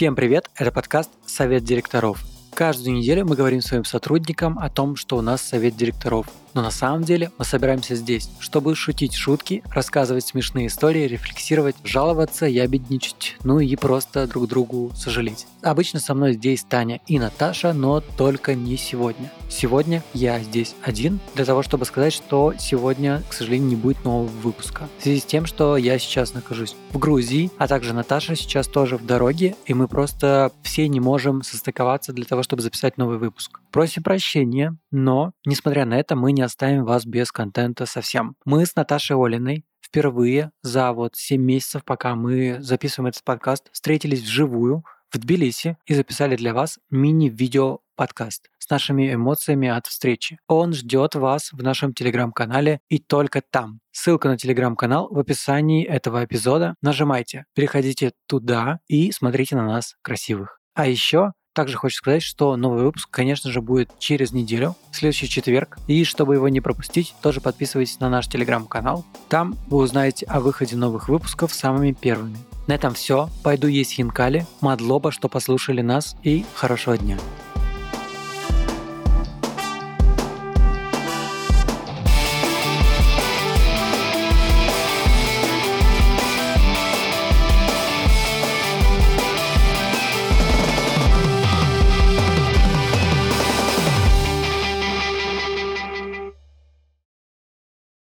Всем привет, это подкаст «Совет директоров». Каждую неделю мы говорим своим сотрудникам о том, что у нас совет директоров. Но на самом деле мы собираемся здесь, чтобы шутить шутки, рассказывать смешные истории, рефлексировать, жаловаться, ябедничать, ну и просто друг другу сожалеть. Обычно со мной здесь Таня и Наташа, но только не сегодня. Сегодня я здесь один для того, чтобы сказать, что сегодня, к сожалению, не будет нового выпуска. В связи с тем, что я сейчас нахожусь в Грузии, а также Наташа сейчас тоже в дороге, и мы просто все не можем состыковаться для того, чтобы записать новый выпуск. Просим прощения, но, несмотря на это, мы не оставим вас без контента совсем. Мы с Наташей Олиной впервые за 7 месяцев, пока мы записываем этот подкаст, встретились вживую в Тбилиси и записали для вас мини-видео-подкаст с нашими эмоциями от встречи. Он ждет вас в нашем телеграм-канале и только там. Ссылка на телеграм-канал в описании этого эпизода. Нажимайте, переходите туда и смотрите на нас красивых. А еще также хочу сказать, что новый выпуск, конечно же, будет через неделю, в следующий четверг. И чтобы его не пропустить, тоже подписывайтесь на наш телеграм-канал. Там вы узнаете о выходе новых выпусков самыми первыми. На этом все. Пойду есть хинкали. Мадлоба, что послушали нас, и хорошего дня.